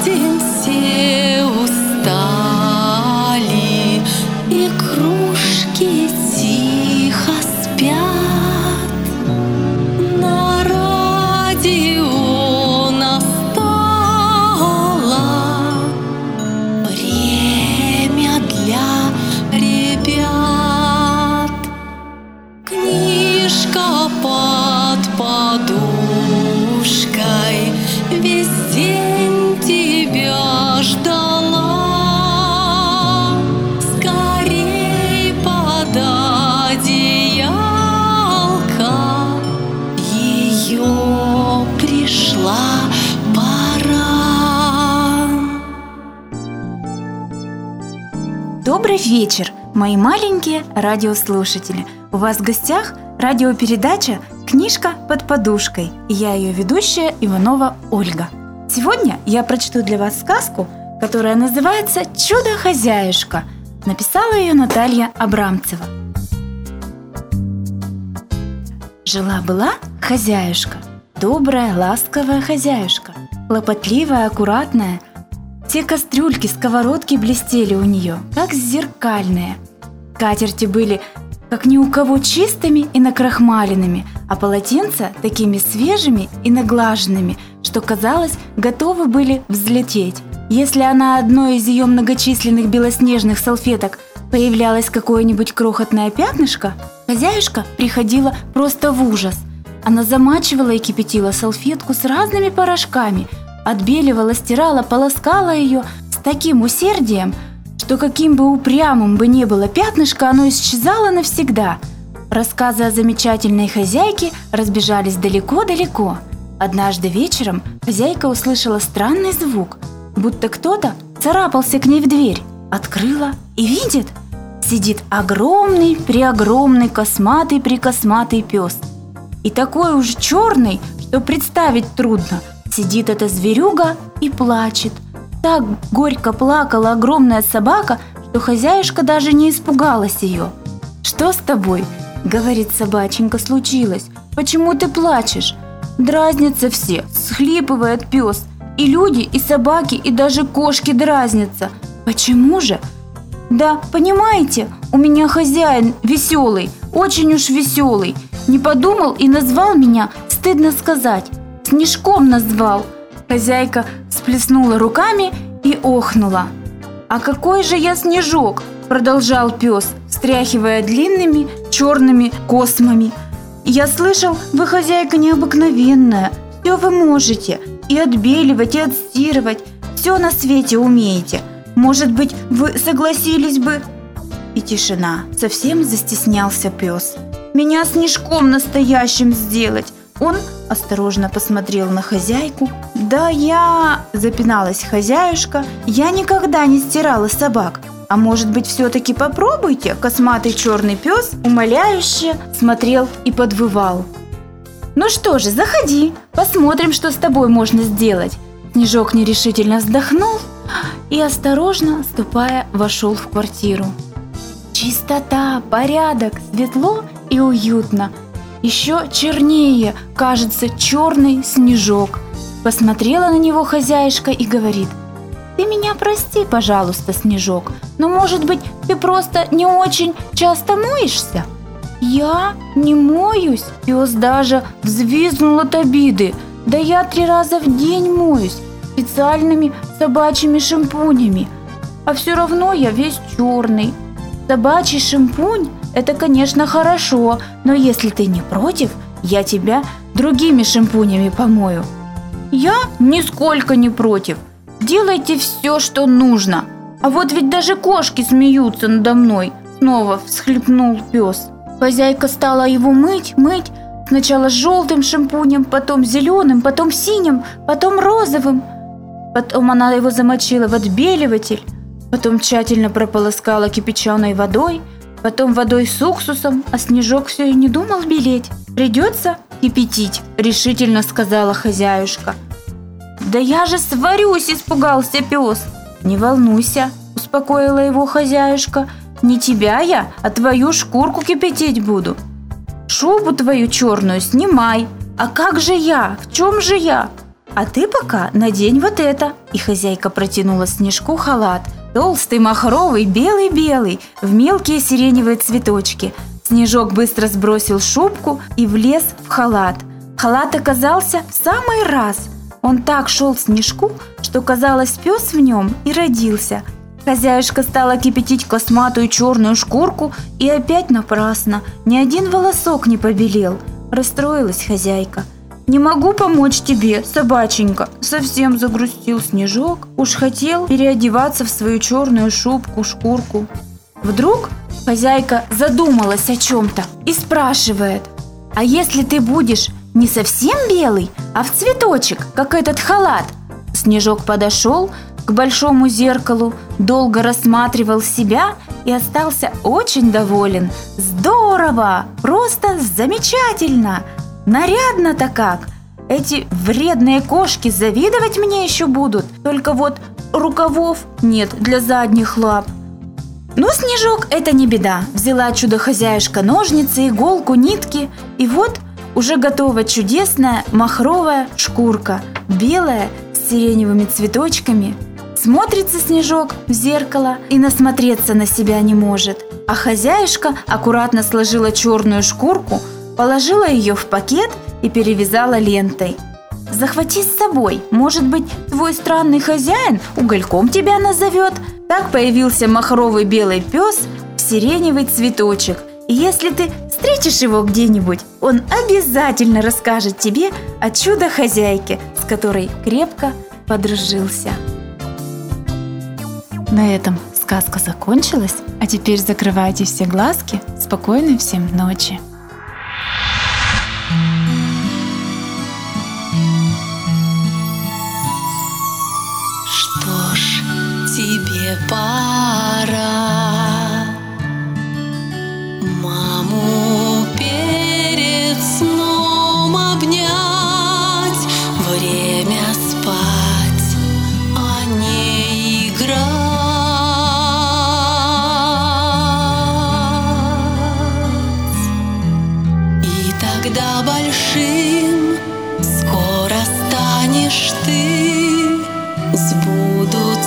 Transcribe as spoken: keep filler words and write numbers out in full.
день все устали, и кружки тихо спят. На радио настало время для ребят. Книжка под подушкой весь день тебя ждала. Скорей под одеялко, ее пришла пора. Добрый вечер, мои маленькие радиослушатели. У вас в гостях радиопередача «Книжка под подушкой», и я ее ведущая Иванова Ольга. Сегодня я прочту для вас сказку, которая называется «Чудо-хозяюшка». Написала ее Наталья Абрамцева. Жила-была хозяюшка, добрая, ласковая хозяюшка, хлопотливая, аккуратная. Все кастрюльки, сковородки блестели у нее, как зеркальные. Скатерти были как ни у кого чистыми и накрахмаленными, а полотенца такими свежими и наглаженными, что, казалось, готовы были взлететь. Если на одной из ее многочисленных белоснежных салфеток появлялось какое-нибудь крохотное пятнышко, хозяюшка приходила просто в ужас. Она замачивала и кипятила салфетку с разными порошками, отбеливала, стирала, полоскала ее с таким усердием, что каким бы упрямым бы ни было пятнышко, оно исчезало навсегда. Рассказы о замечательной хозяйке разбежались далеко-далеко. Однажды вечером хозяйка услышала странный звук, будто кто-то царапался к ней в дверь. Открыла и видит, сидит огромный, преогромный, косматый-прикосматый пес. И такой уж черный, что представить трудно. Сидит эта зверюга и плачет. Так горько плакала огромная собака, что хозяюшка даже не испугалась ее. «Что с тобой?» – говорит собаченька, – «случилось? Почему ты плачешь?» «Дразнятся все», – схлипывает пес. «И люди, и собаки, и даже кошки дразнятся». «Почему же?» «Да, понимаете, у меня хозяин веселый, очень уж веселый. Не подумал и назвал меня, стыдно сказать, Снежком назвал». Хозяйка всплеснула руками и охнула. «А какой же я снежок?» – продолжал пес, встряхивая длинными черными космами. «Я слышал, вы хозяйка необыкновенная, все вы можете, и отбеливать, и отстирывать, все на свете умеете. Может быть, вы согласились бы?» И тишина. Совсем застеснялся пес. «Меня снежком настоящим сделать?» Он осторожно посмотрел на хозяйку. «Да я...» – запиналась хозяюшка. «Я никогда не стирала собак. А может быть, все-таки попробуйте?» Косматый черный пес умоляюще смотрел и подвывал. «Ну что же, заходи, посмотрим, что с тобой можно сделать». Снежок нерешительно вздохнул и, осторожно ступая, вошел в квартиру. Чистота, порядок, светло и уютно. Еще чернее, кажется, черный снежок. Посмотрела на него хозяюшка и говорит: «Ты меня прости, пожалуйста, Снежок, но, может быть, ты просто не очень часто моешься?» «Я не моюсь?» Пес даже взвизгнул от обиды. «Да я три раза в день моюсь специальными собачьими шампунями, а все равно я весь черный. Собачий шампунь – это, конечно, хорошо, но если ты не против, я тебя другими шампунями помою». «Я нисколько не против. Делайте все, что нужно. А вот ведь даже кошки смеются надо мной», – снова всхлипнул пес. Хозяйка стала его мыть, мыть, сначала желтым шампунем, потом зеленым, потом синим, потом розовым. Потом она его замочила в отбеливатель, потом тщательно прополоскала кипяченой водой, потом водой с уксусом, а Снежок все и не думал белеть. «Придется кипятить», – решительно сказала хозяюшка. «Да я же сварюсь!» – испугался пес. «Не волнуйся», – успокоила его хозяюшка. «Не тебя я, а твою шкурку кипятить буду. Шубу твою черную снимай. А как же я? В чем же я?» а ты пока надень вот это». И хозяйка протянула Снежку халат. Толстый, махровый, белый-белый, в мелкие сиреневые цветочки. Снежок быстро сбросил шубку и влез в халат. Халат оказался в самый раз. Он так шел Снежку, что, казалось, пес в нем и родился. Хозяюшка стала кипятить косматую черную шкурку, и опять напрасно. Ни один волосок не побелел. Расстроилась хозяйка. «Не могу помочь тебе, собаченька», — совсем загрустил Снежок. Уж хотел переодеваться в свою черную шубку-шкурку. Вдруг хозяйка задумалась о чем-то и спрашивает: «А если ты будешь не совсем белый, а в цветочек, как этот халат?» Снежок подошел к большому зеркалу, долго рассматривал себя и остался очень доволен. «Здорово! Просто замечательно! Нарядно-то как! Эти вредные кошки завидовать мне еще будут, только вот рукавов нет для задних лап». Ну, Снежок, это не беда. Взяла чудо-хозяюшка ножницы, иголку, нитки, и вот уже готова чудесная махровая шкурка, белая, с сиреневыми цветочками. Смотрится Снежок в зеркало и насмотреться на себя не может. А хозяюшка аккуратно сложила черную шкурку, положила ее в пакет и перевязала лентой. «Захвати с собой, может быть, твой странный хозяин угольком тебя назовет». Так появился махровый белый пес в сиреневый цветочек. И если ты встретишь его где-нибудь, он обязательно расскажет тебе о чудо-хозяйке, с которой крепко подружился. На этом сказка закончилась, а теперь закрывайте все глазки. Спокойной всем ночи. Что ж, тебе пора маму перед сном обнять. Время спать, а не играть. И тогда большим скоро станешь ты, сбудутся